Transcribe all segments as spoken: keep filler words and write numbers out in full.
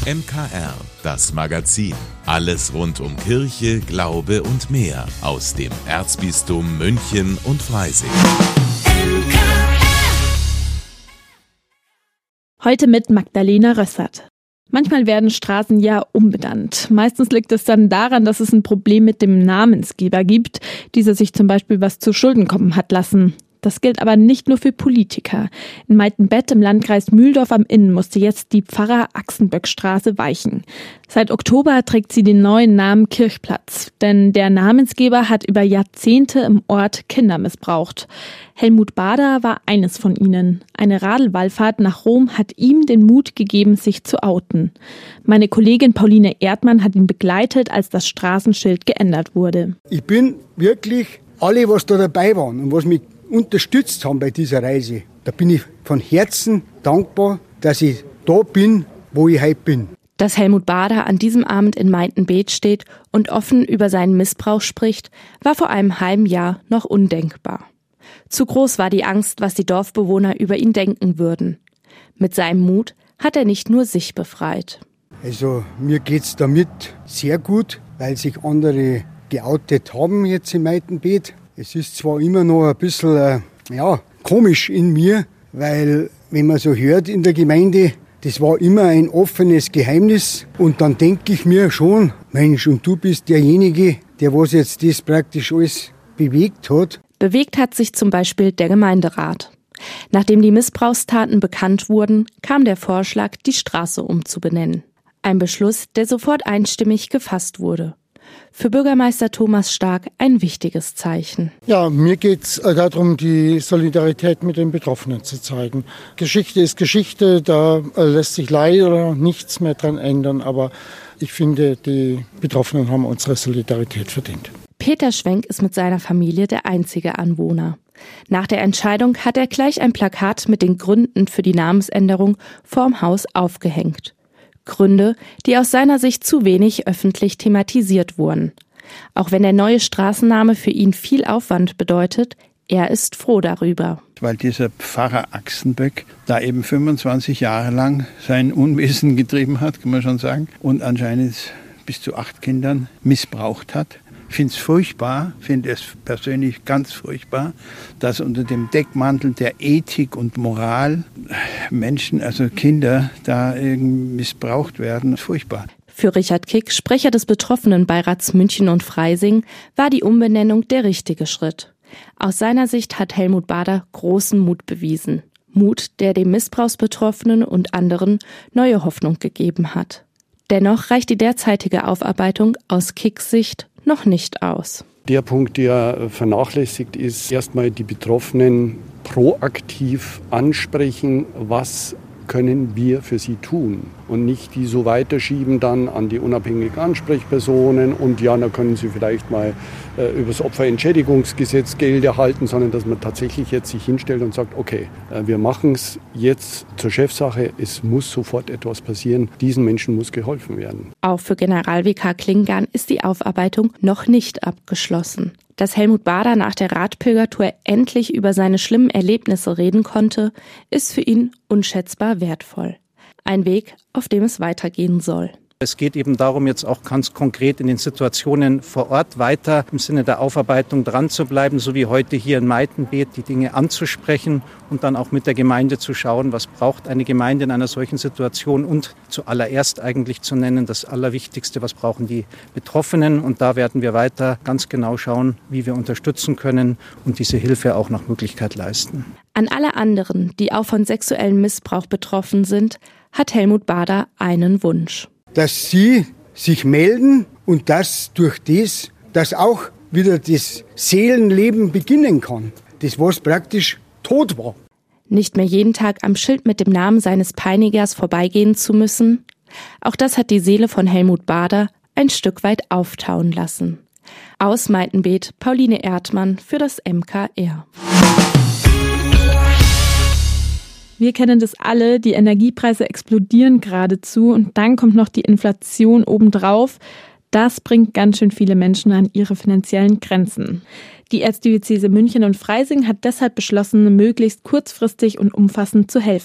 M K R, das Magazin. Alles rund um Kirche, Glaube und mehr aus dem Erzbistum München und Freising. Heute mit Magdalena Rössert. Manchmal werden Straßen ja umbenannt. Meistens liegt es dann daran, dass es ein Problem mit dem Namensgeber gibt, dieser sich zum Beispiel was zu Schulden kommen hat lassen. Das gilt aber nicht nur für Politiker. In Meitenbett im Landkreis Mühldorf am Inn musste jetzt die Pfarrer-Axenböck-Straße weichen. Seit Oktober trägt sie den neuen Namen Kirchplatz, denn der Namensgeber hat über Jahrzehnte im Ort Kinder missbraucht. Helmut Bader war eines von ihnen. Eine Radlwallfahrt nach Rom hat ihm den Mut gegeben, sich zu outen. Meine Kollegin Pauline Erdmann hat ihn begleitet, als das Straßenschild geändert wurde. Ich bin wirklich alle, was da dabei waren und was mich unterstützt haben bei dieser Reise. Da bin ich von Herzen dankbar, dass ich da bin, wo ich heute bin. Dass Helmut Bader an diesem Abend in Meitenbett steht und offen über seinen Missbrauch spricht, war vor einem halben Jahr noch undenkbar. Zu groß war die Angst, was die Dorfbewohner über ihn denken würden. Mit seinem Mut hat er nicht nur sich befreit. Also mir geht's damit sehr gut, weil sich andere geoutet haben jetzt in Meitenbett. Es ist zwar immer noch ein bisschen äh, ja, komisch in mir, weil, wenn man so hört in der Gemeinde, das war immer ein offenes Geheimnis. Und dann denke ich mir schon, Mensch, und du bist derjenige, der was jetzt das praktisch alles bewegt hat. Bewegt hat sich zum Beispiel der Gemeinderat. Nachdem die Missbrauchstaten bekannt wurden, kam der Vorschlag, die Straße umzubenennen. Ein Beschluss, der sofort einstimmig gefasst wurde. Für Bürgermeister Thomas Stark ein wichtiges Zeichen. Ja, mir geht es darum, die Solidarität mit den Betroffenen zu zeigen. Geschichte ist Geschichte, da lässt sich leider nichts mehr dran ändern. Aber ich finde, die Betroffenen haben unsere Solidarität verdient. Peter Schwenk ist mit seiner Familie der einzige Anwohner. Nach der Entscheidung hat er gleich ein Plakat mit den Gründen für die Namensänderung vorm Haus aufgehängt. Gründe, die aus seiner Sicht zu wenig öffentlich thematisiert wurden. Auch wenn der neue Straßenname für ihn viel Aufwand bedeutet, er ist froh darüber. Weil dieser Pfarrer Axenböck da eben fünfundzwanzig Jahre lang sein Unwesen getrieben hat, kann man schon sagen, und anscheinend bis zu acht Kindern missbraucht hat. Ich finde es furchtbar, finde es persönlich ganz furchtbar, dass unter dem Deckmantel der Ethik und Moral Menschen, also Kinder, da irgendwie missbraucht werden. Furchtbar. Für Richard Kick, Sprecher des Betroffenenbeirats München und Freising, war die Umbenennung der richtige Schritt. Aus seiner Sicht hat Helmut Bader großen Mut bewiesen. Mut, der dem Missbrauchsbetroffenen und anderen neue Hoffnung gegeben hat. Dennoch reicht die derzeitige Aufarbeitung aus Kicks Sicht noch nicht aus. Der Punkt, der vernachlässigt ist, erstmal die Betroffenen proaktiv ansprechen, was können wir für sie tun und nicht die so weiterschieben dann an die unabhängigen Ansprechpersonen und ja, dann können sie vielleicht mal äh, über das Opferentschädigungsgesetz Geld erhalten, sondern dass man tatsächlich jetzt sich hinstellt und sagt, okay, äh, wir machen es jetzt zur Chefsache, es muss sofort etwas passieren, diesen Menschen muss geholfen werden. Auch für Generalvikar Klingan ist die Aufarbeitung noch nicht abgeschlossen. Dass Helmut Bader nach der Radpilgertour endlich über seine schlimmen Erlebnisse reden konnte, ist für ihn unschätzbar wertvoll. Ein Weg, auf dem es weitergehen soll. Es geht eben darum, jetzt auch ganz konkret in den Situationen vor Ort weiter im Sinne der Aufarbeitung dran zu bleiben, so wie heute hier in Meitenbett, die Dinge anzusprechen und dann auch mit der Gemeinde zu schauen, was braucht eine Gemeinde in einer solchen Situation und zuallererst eigentlich zu nennen, das Allerwichtigste, was brauchen die Betroffenen. Und da werden wir weiter ganz genau schauen, wie wir unterstützen können und diese Hilfe auch nach Möglichkeit leisten. An alle anderen, die auch von sexuellem Missbrauch betroffen sind, hat Helmut Bader einen Wunsch. Dass sie sich melden und dass durch das, dass auch wieder das Seelenleben beginnen kann. Das, was praktisch tot war. Nicht mehr jeden Tag am Schild mit dem Namen seines Peinigers vorbeigehen zu müssen, auch das hat die Seele von Helmut Bader ein Stück weit auftauen lassen. Aus Meitenbett, Pauline Erdmann für das M K R. Wir kennen das alle, die Energiepreise explodieren geradezu und dann kommt noch die Inflation obendrauf. Das bringt ganz schön viele Menschen an ihre finanziellen Grenzen. Die Erzdiözese München und Freising hat deshalb beschlossen, möglichst kurzfristig und umfassend zu helfen.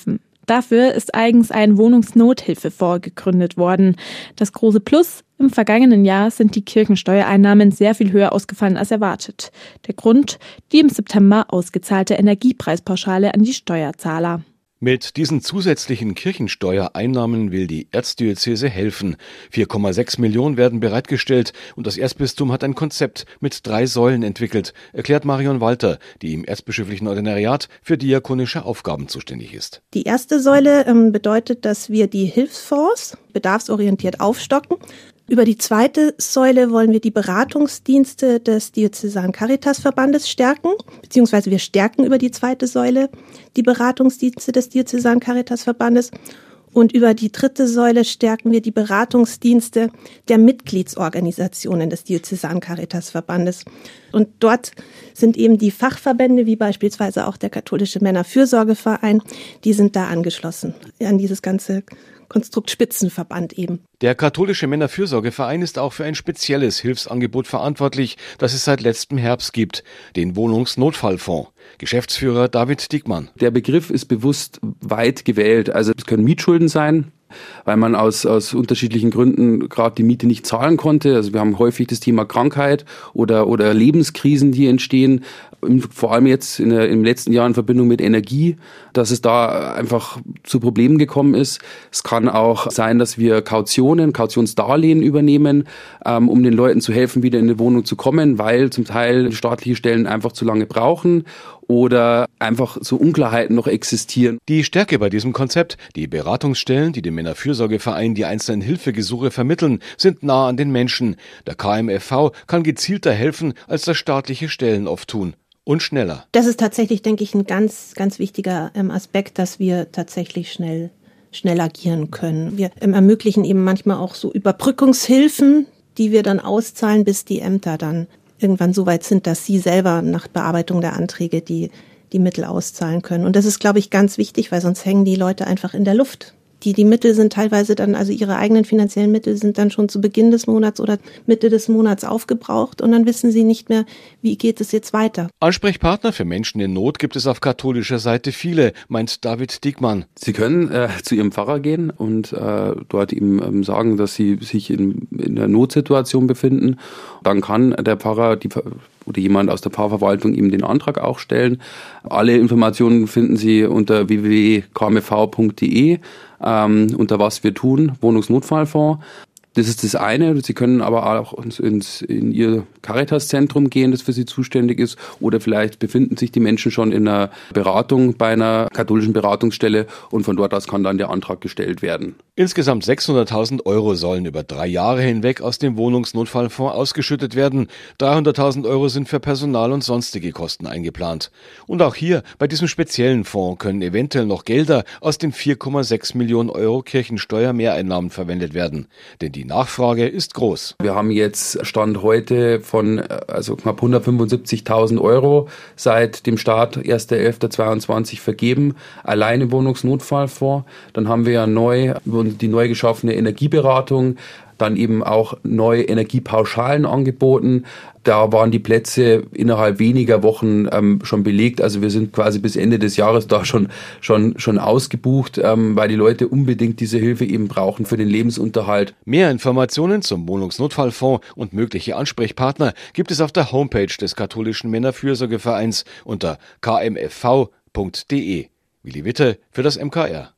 Dafür ist eigens ein Wohnungsnothilfefonds gegründet worden. Das große Plus: im vergangenen Jahr sind die Kirchensteuereinnahmen sehr viel höher ausgefallen als erwartet. Der Grund: die im September ausgezahlte Energiepreispauschale an die Steuerzahler. Mit diesen zusätzlichen Kirchensteuereinnahmen will die Erzdiözese helfen. vier Komma sechs Millionen werden bereitgestellt und das Erzbistum hat ein Konzept mit drei Säulen entwickelt, erklärt Marion Walter, die im erzbischöflichen Ordinariat für diakonische Aufgaben zuständig ist. Die erste Säule ähm, bedeutet, dass wir die Hilfsfonds bedarfsorientiert aufstocken. Über die zweite Säule wollen wir die Beratungsdienste des Diözesanen Caritasverbandes stärken, beziehungsweise wir stärken über die zweite Säule die Beratungsdienste des Diözesanen Caritasverbandes. Und über die dritte Säule stärken wir die Beratungsdienste der Mitgliedsorganisationen des Diözesanen Caritasverbandes. Und dort sind eben die Fachverbände, wie beispielsweise auch der Katholische Männerfürsorgeverein, die sind da angeschlossen an dieses ganze Konstrukt Spitzenverband eben. Der Katholische Männerfürsorgeverein ist auch für ein spezielles Hilfsangebot verantwortlich, das es seit letztem Herbst gibt, den Wohnungsnotfallfonds. Geschäftsführer David Diekmann. Der Begriff ist bewusst weit gewählt. Also es können Mietschulden sein, weil man aus, aus unterschiedlichen Gründen gerade die Miete nicht zahlen konnte. Also wir haben häufig das Thema Krankheit oder, oder Lebenskrisen, die entstehen. Vor allem jetzt in der, im letzten Jahr in Verbindung mit Energie, dass es da einfach zu Problemen gekommen ist. Es kann auch sein, dass wir Kautionen, Kautionsdarlehen übernehmen, ähm, um den Leuten zu helfen, wieder in die Wohnung zu kommen, weil zum Teil staatliche Stellen einfach zu lange brauchen oder einfach so Unklarheiten noch existieren. Die Stärke bei diesem Konzept: die Beratungsstellen, die dem Männerfürsorgeverein die einzelnen Hilfegesuche vermitteln, sind nah an den Menschen. Der K M F V kann gezielter helfen, als das staatliche Stellen oft tun. Und schneller. Das ist tatsächlich, denke ich, ein ganz, ganz wichtiger ähm, Aspekt, dass wir tatsächlich schnell, schnell agieren können. Wir ähm, ermöglichen eben manchmal auch so Überbrückungshilfen, die wir dann auszahlen, bis die Ämter dann irgendwann so weit sind, dass sie selber nach Bearbeitung der Anträge die, die Mittel auszahlen können. Und das ist, glaube ich, ganz wichtig, weil sonst hängen die Leute einfach in der Luft. Die, die Mittel sind teilweise dann, also ihre eigenen finanziellen Mittel sind dann schon zu Beginn des Monats oder Mitte des Monats aufgebraucht und dann wissen sie nicht mehr, wie geht es jetzt weiter. Ansprechpartner für Menschen in Not gibt es auf katholischer Seite viele, meint David Diekmann. Sie können äh, zu Ihrem Pfarrer gehen und äh, dort ihm ähm, sagen, dass Sie sich in, in einer Notsituation befinden. Dann kann der Pfarrer die oder jemand aus der Pfarrverwaltung ihm den Antrag auch stellen. Alle Informationen finden Sie unter w w w punkt k m f v punkt d e, ähm, unter was wir tun, Wohnungsnotfallfonds. Das ist das eine. Sie können aber auch ins, in Ihr Caritas-Zentrum gehen, das für Sie zuständig ist. Oder vielleicht befinden sich die Menschen schon in einer Beratung bei einer katholischen Beratungsstelle und von dort aus kann dann der Antrag gestellt werden. Insgesamt sechshunderttausend Euro sollen über drei Jahre hinweg aus dem Wohnungsnotfallfonds ausgeschüttet werden. dreihunderttausend Euro sind für Personal und sonstige Kosten eingeplant. Und auch hier, bei diesem speziellen Fonds, können eventuell noch Gelder aus den vier Komma sechs Millionen Euro Kirchensteuer-Mehreinnahmen verwendet werden. Denn die Die Nachfrage ist groß. Wir haben jetzt Stand heute von also knapp hundertfünfundsiebzigtausend Euro seit dem Start erster elfter zweiundzwanzig vergeben, allein im Wohnungsnotfallfonds. Dann haben wir ja neu die neu geschaffene Energieberatung, dann eben auch neue Energiepauschalen angeboten. Da waren die Plätze innerhalb weniger Wochen ähm, schon belegt. Also wir sind quasi bis Ende des Jahres da schon schon schon ausgebucht, ähm, weil die Leute unbedingt diese Hilfe eben brauchen für den Lebensunterhalt. Mehr Informationen zum Wohnungsnotfallfonds und mögliche Ansprechpartner gibt es auf der Homepage des Katholischen Männerfürsorgevereins unter k m f v punkt d e. Willi Witte für das M K R.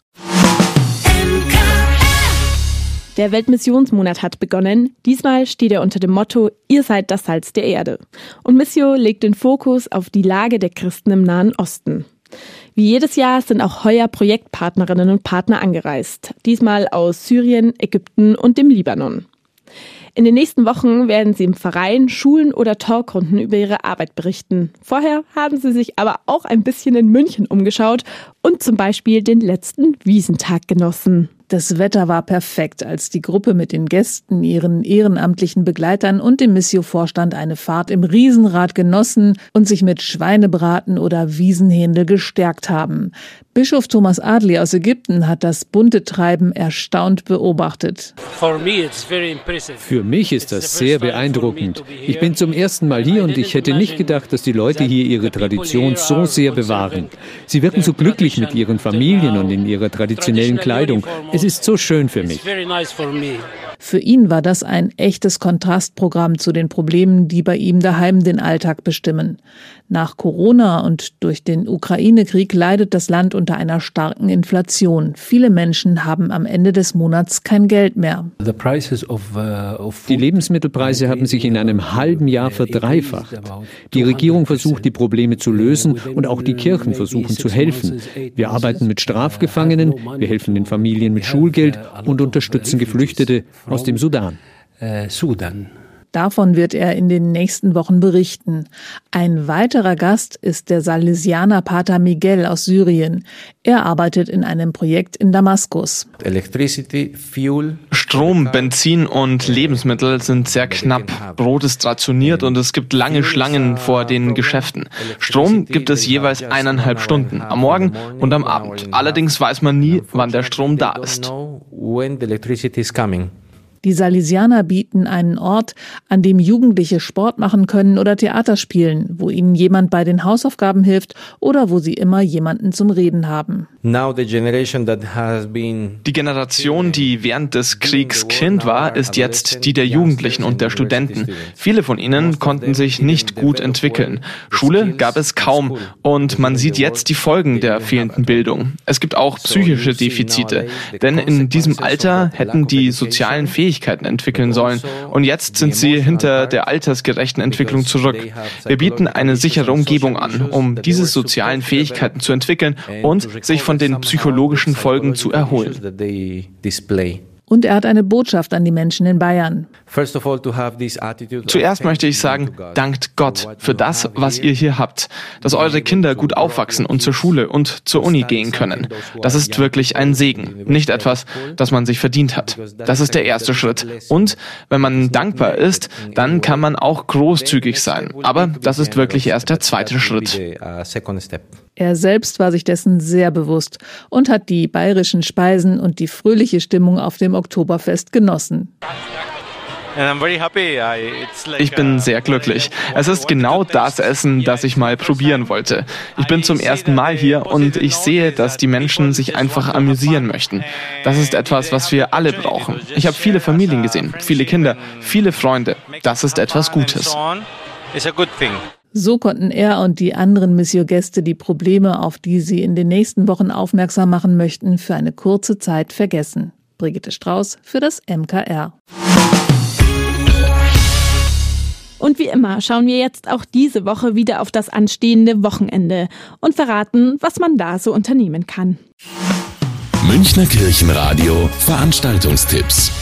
Der Weltmissionsmonat hat begonnen. Diesmal steht er unter dem Motto: Ihr seid das Salz der Erde. Und Missio legt den Fokus auf die Lage der Christen im Nahen Osten. Wie jedes Jahr sind auch heuer Projektpartnerinnen und Partner angereist. Diesmal aus Syrien, Ägypten und dem Libanon. In den nächsten Wochen werden sie im Verein, Schulen oder Talkrunden über ihre Arbeit berichten. Vorher haben sie sich aber auch ein bisschen in München umgeschaut und zum Beispiel den letzten Wiesentag genossen. Das Wetter war perfekt, als die Gruppe mit den Gästen, ihren ehrenamtlichen Begleitern und dem Missio-Vorstand eine Fahrt im Riesenrad genossen und sich mit Schweinebraten oder Wiesenhändel gestärkt haben. Bischof Thomas Adli aus Ägypten hat das bunte Treiben erstaunt beobachtet. Für mich ist das sehr beeindruckend. Ich bin zum ersten Mal hier und ich hätte nicht gedacht, dass die Leute hier ihre Tradition so sehr bewahren. Sie wirken so glücklich mit ihren Familien und in ihrer traditionellen Kleidung. Es ist so schön für mich. Für ihn war das ein echtes Kontrastprogramm zu den Problemen, die bei ihm daheim den Alltag bestimmen. Nach Corona und durch den Ukraine-Krieg leidet das Land unter einer starken Inflation. Viele Menschen haben am Ende des Monats kein Geld mehr. Die Lebensmittelpreise haben sich in einem halben Jahr verdreifacht. Die Regierung versucht, die Probleme zu lösen und auch die Kirchen versuchen zu helfen. Wir arbeiten mit Strafgefangenen, wir helfen den Familien mit Schulgeld und unterstützen Geflüchtete aus dem Sudan. Davon wird er in den nächsten Wochen berichten. Ein weiterer Gast ist der Salesianer Pater Miguel aus Syrien. Er arbeitet in einem Projekt in Damaskus. Strom, Benzin und Lebensmittel sind sehr knapp. Brot ist rationiert und es gibt lange Schlangen vor den Geschäften. Strom gibt es jeweils eineinhalb Stunden, am Morgen und am Abend. Allerdings weiß man nie, wann der Strom da ist. Die Salesianer bieten einen Ort, an dem Jugendliche Sport machen können oder Theater spielen, wo ihnen jemand bei den Hausaufgaben hilft oder wo sie immer jemanden zum Reden haben. Die Generation, die während des Kriegs Kind war, ist jetzt die der Jugendlichen und der Studenten. Viele von ihnen konnten sich nicht gut entwickeln. Schule gab es kaum und man sieht jetzt die Folgen der fehlenden Bildung. Es gibt auch psychische Defizite, denn in diesem Alter hätten die sozialen Fähigkeiten entwickeln sollen. Und jetzt sind sie hinter der altersgerechten Entwicklung zurück. Wir bieten eine sichere Umgebung an, um diese sozialen Fähigkeiten zu entwickeln und sich von den psychologischen Folgen zu erholen. Und er hat eine Botschaft an die Menschen in Bayern. Zuerst möchte ich sagen, dankt Gott für das, was ihr hier habt, dass eure Kinder gut aufwachsen und zur Schule und zur Uni gehen können. Das ist wirklich ein Segen, nicht etwas, das man sich verdient hat. Das ist der erste Schritt. Und wenn man dankbar ist, dann kann man auch großzügig sein. Aber das ist wirklich erst der zweite Schritt. Er selbst war sich dessen sehr bewusst und hat die bayerischen Speisen und die fröhliche Stimmung auf dem Oktoberfest genossen. Ich bin sehr glücklich. Es ist genau das Essen, das ich mal probieren wollte. Ich bin zum ersten Mal hier und ich sehe, dass die Menschen sich einfach amüsieren möchten. Das ist etwas, was wir alle brauchen. Ich habe viele Familien gesehen, viele Kinder, viele Freunde. Das ist etwas Gutes. So konnten er und die anderen Missio-Gäste die Probleme, auf die sie in den nächsten Wochen aufmerksam machen möchten, für eine kurze Zeit vergessen. Brigitte Strauß für das M K R. Und wie immer schauen wir jetzt auch diese Woche wieder auf das anstehende Wochenende und verraten, was man da so unternehmen kann. Münchner Kirchenradio Veranstaltungstipps.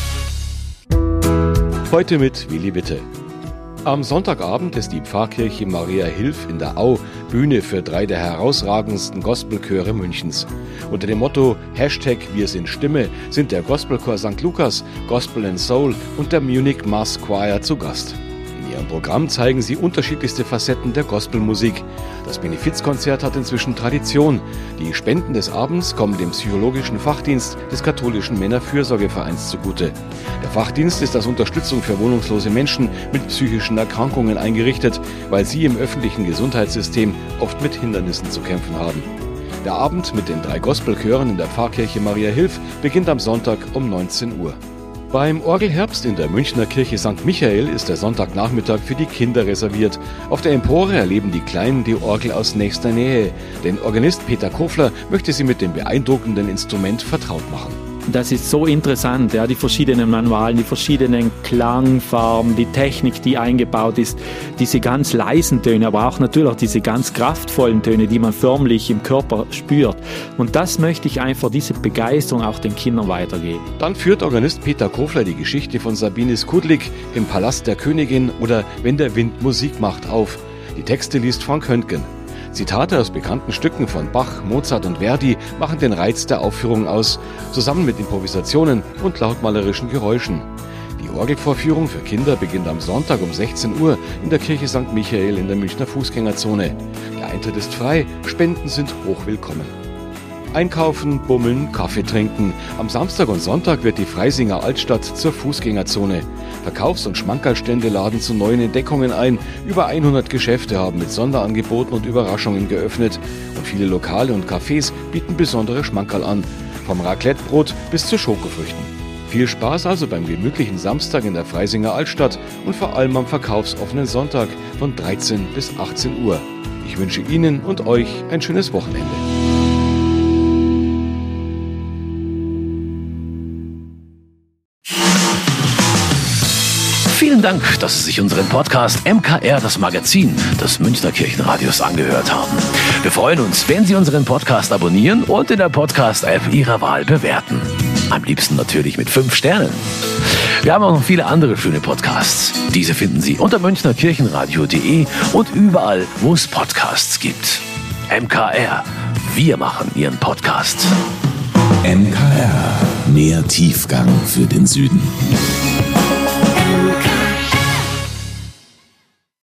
Heute mit Willi Witte. Am Sonntagabend ist die Pfarrkirche Maria Hilf in der Au Bühne für drei der herausragendsten Gospelchöre Münchens. Unter dem Motto Hashtag Wir sind Stimme sind der Gospelchor Sankt Lukas, Gospel and Soul und der Munich Mass Choir zu Gast. In ihrem Programm zeigen sie unterschiedlichste Facetten der Gospelmusik. Das Benefizkonzert hat inzwischen Tradition. Die Spenden des Abends kommen dem psychologischen Fachdienst des katholischen Männerfürsorgevereins zugute. Der Fachdienst ist als Unterstützung für wohnungslose Menschen mit psychischen Erkrankungen eingerichtet, weil sie im öffentlichen Gesundheitssystem oft mit Hindernissen zu kämpfen haben. Der Abend mit den drei Gospelchören in der Pfarrkirche Maria Hilf beginnt am Sonntag um neunzehn Uhr. Beim Orgelherbst in der Münchner Kirche Sankt Michael ist der Sonntagnachmittag für die Kinder reserviert. Auf der Empore erleben die Kleinen die Orgel aus nächster Nähe. Denn Organist Peter Kofler möchte sie mit dem beeindruckenden Instrument vertraut machen. Das ist so interessant, ja, die verschiedenen Manualen, die verschiedenen Klangfarben, die Technik, die eingebaut ist, diese ganz leisen Töne, aber auch natürlich auch diese ganz kraftvollen Töne, die man förmlich im Körper spürt. Und das möchte ich einfach, diese Begeisterung auch den Kindern weitergeben. Dann führt Organist Peter Kofler die Geschichte von Sabine Skudlik im Palast der Königin oder Wenn der Wind Musik macht auf. Die Texte liest Frank Höntgen. Zitate aus bekannten Stücken von Bach, Mozart und Verdi machen den Reiz der Aufführung aus, zusammen mit Improvisationen und lautmalerischen Geräuschen. Die Orgelvorführung für Kinder beginnt am Sonntag um sechzehn Uhr in der Kirche Sankt Michael in der Münchner Fußgängerzone. Der Eintritt ist frei, Spenden sind hochwillkommen. Einkaufen, bummeln, Kaffee trinken. Am Samstag und Sonntag wird die Freisinger Altstadt zur Fußgängerzone. Verkaufs- und Schmankerlstände laden zu neuen Entdeckungen ein. Über hundert Geschäfte haben mit Sonderangeboten und Überraschungen geöffnet. Und viele Lokale und Cafés bieten besondere Schmankerl an. Vom Raclettebrot bis zu Schokofrüchten. Viel Spaß also beim gemütlichen Samstag in der Freisinger Altstadt und vor allem am verkaufsoffenen Sonntag von dreizehn bis achtzehn Uhr. Ich wünsche Ihnen und euch ein schönes Wochenende. Vielen Dank, dass Sie sich unseren Podcast M K R, das Magazin des Münchner Kirchenradios, angehört haben. Wir freuen uns, wenn Sie unseren Podcast abonnieren und in der Podcast-App Ihrer Wahl bewerten. Am liebsten natürlich mit fünf Sternen. Wir haben auch noch viele andere schöne Podcasts. Diese finden Sie unter münchner kirchenradio punkt de und überall, wo es Podcasts gibt. M K R, wir machen Ihren Podcast. M K R, mehr Tiefgang für den Süden.